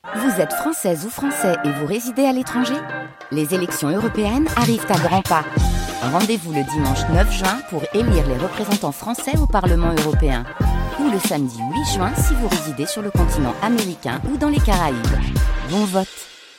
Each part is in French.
Vous êtes française ou français et vous résidez à l'étranger ? Les élections européennes arrivent à grands pas. Rendez-vous le dimanche 9 juin pour élire les représentants français au Parlement européen. Ou le samedi 8 juin si vous résidez sur le continent américain ou dans les Caraïbes. Bon vote.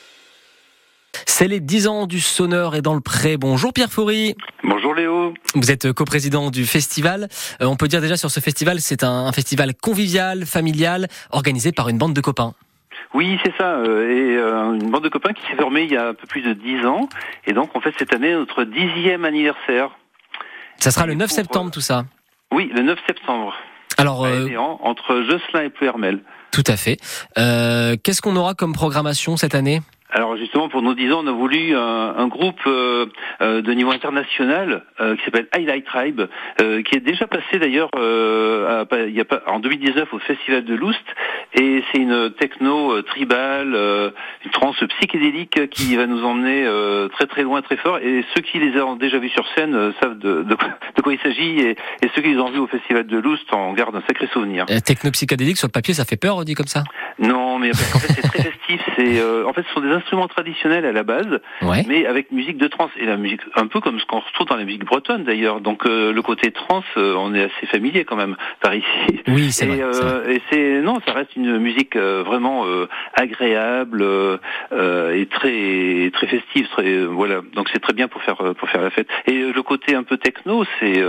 C'est les 10 ans du Sonneur et dans le Pré. Bonjour Pierre Faury. Bonjour Léo. Vous êtes coprésident du festival. On peut dire déjà sur ce festival, c'est un festival convivial, familial, organisé par une bande de copains. Oui, c'est ça. Une bande de copains qui s'est formée il y a un peu plus de 10 ans. Et donc on fête cette année notre 10e anniversaire. Ça sera le 9 septembre tout ça ? Oui, le 9 septembre. Alors, entre Josselin et Pleuhermel. Tout à fait. Qu'est-ce qu'on aura comme programmation cette année ? Alors justement, pour nos 10 ans, on a voulu un groupe de niveau international qui s'appelle Highlight Tribe, qui est déjà passé d'ailleurs en 2019 au Festival de Loust, et c'est une techno tribale, une trance psychédélique qui va nous emmener très très loin, très fort, et ceux qui les ont déjà vus sur scène savent de quoi il s'agit, et ceux qui les ont vus au Festival de Loust en gardent un sacré souvenir. Techno psychédélique, sur le papier, ça fait peur, dit comme ça ? Non, mais parce qu'en fait c'est très festif, en fait ce sont des instruments traditionnels à la base, ouais. Mais avec musique de trance, et la musique un peu comme ce qu'on retrouve dans la musique bretonne d'ailleurs, donc le côté trance, on est assez familier quand même par ici. Oui, c'est vrai. Et ça reste une musique vraiment agréable et très très festive, voilà. Donc c'est très bien pour faire la fête. Et le côté un peu techno,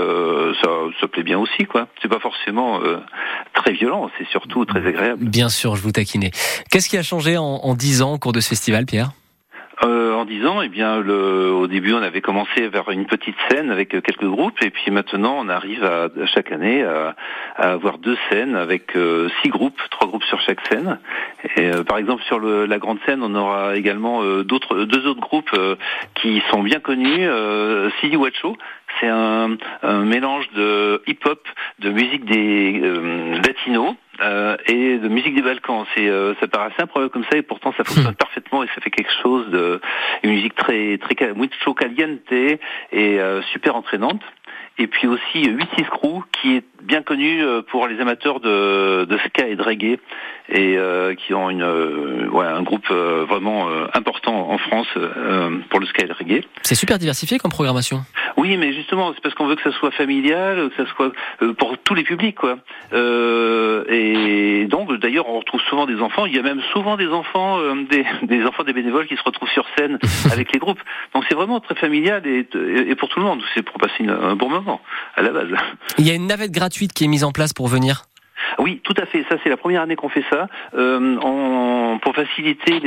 ça plaît bien aussi, quoi. C'est pas forcément très violent, c'est surtout très agréable. Bien sûr, je vous taquinais. Qu'est-ce qui a changé en 10 ans au cours de ce festival, Pierre ? En 10 ans, au début, on avait commencé vers une petite scène avec quelques groupes, et puis maintenant, on arrive à chaque année à avoir 2 scènes avec 6 groupes, 3 groupes sur chaque scène. Et par exemple, sur la grande scène, on aura également 2 autres groupes qui sont bien connus. Silly Wacho, c'est un mélange de hip-hop, de musique des latinos. Et de musique des Balkans, ça paraît assez improbable comme ça, et pourtant ça fonctionne parfaitement, et ça fait quelque chose une musique très très mucho caliente et super entraînante. Et puis aussi 8-6 Crew, qui est bien connu pour les amateurs de ska et de reggae, et qui ont un groupe vraiment important en France pour le ska et le reggae. C'est super diversifié comme programmation. Oui, mais justement, c'est parce qu'on veut que ça soit familial, que ça soit pour tous les publics, quoi. Et donc, d'ailleurs, on retrouve souvent des enfants. Il y a même souvent des enfants, des enfants des bénévoles qui se retrouvent sur scène avec les groupes. Donc, c'est vraiment très familial et pour tout le monde. C'est pour passer un bon moment à la base. Il y a une navette gratuite qui est mise en place pour venir. Oui, tout à fait. Ça, c'est la première année qu'on fait ça. Pour faciliter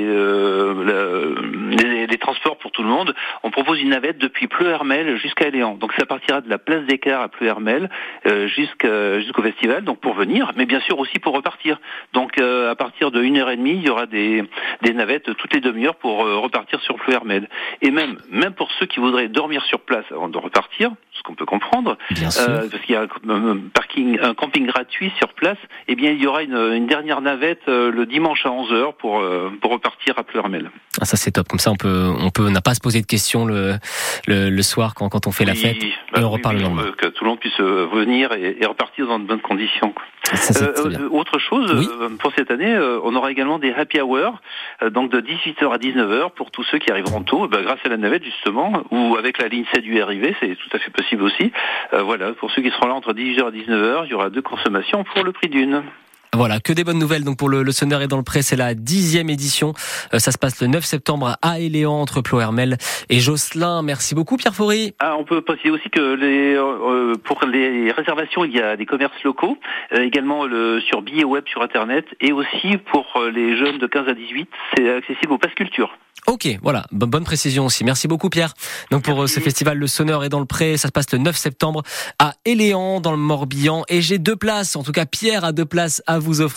les transports pour tout le monde, on propose une navette depuis Pleuhermel jusqu'à Éléan. Donc, ça partira de la place d'Écart à Pleuhermel jusqu'au festival, donc pour venir, mais bien sûr aussi pour repartir. Donc, à partir de 1h30, il y aura des navettes toutes les demi-heures pour repartir sur Pleuhermel. Et même pour ceux qui voudraient dormir sur place avant de repartir, ce qu'on peut comprendre, parce qu'il y a un camping gratuit sur place, eh bien il y aura une dernière navette le dimanche à 11h pour repartir à Pleuhermel. Ah, ça c'est top, comme ça on n'a pas à se poser de questions le soir quand on fait la fête, et on reparle le lendemain. Que tout le monde puisse venir et repartir dans de bonnes conditions. Ça, autre chose, oui. Pour cette année, on aura également des happy hours, donc de 18h à 19h pour tous ceux qui arriveront tôt, grâce à la navette justement, ou avec la ligne 7 du RIV, c'est tout à fait possible aussi. Voilà, pour ceux qui seront là entre 18h et 19h, il y aura 2 consommations pour le prix d'une. Voilà, que des bonnes nouvelles donc pour le Sonneur et dans le Pré, c'est la 10e édition. Ça se passe le 9 septembre à Éléan entre Pleuhermel et Josselin. Merci beaucoup Pierre Faury. On peut préciser aussi que pour les réservations, il y a des commerces locaux, également sur billets web sur internet, et aussi pour les jeunes de 15 à 18, c'est accessible au Pass Culture. Ok, voilà, bonne précision aussi. Merci beaucoup Pierre. Donc pour ce festival Le Sonneur et dans le Pré, ça se passe le 9 septembre à Éléan dans le Morbihan, et j'ai 2 places, en tout cas Pierre a 2 places à vous offrir.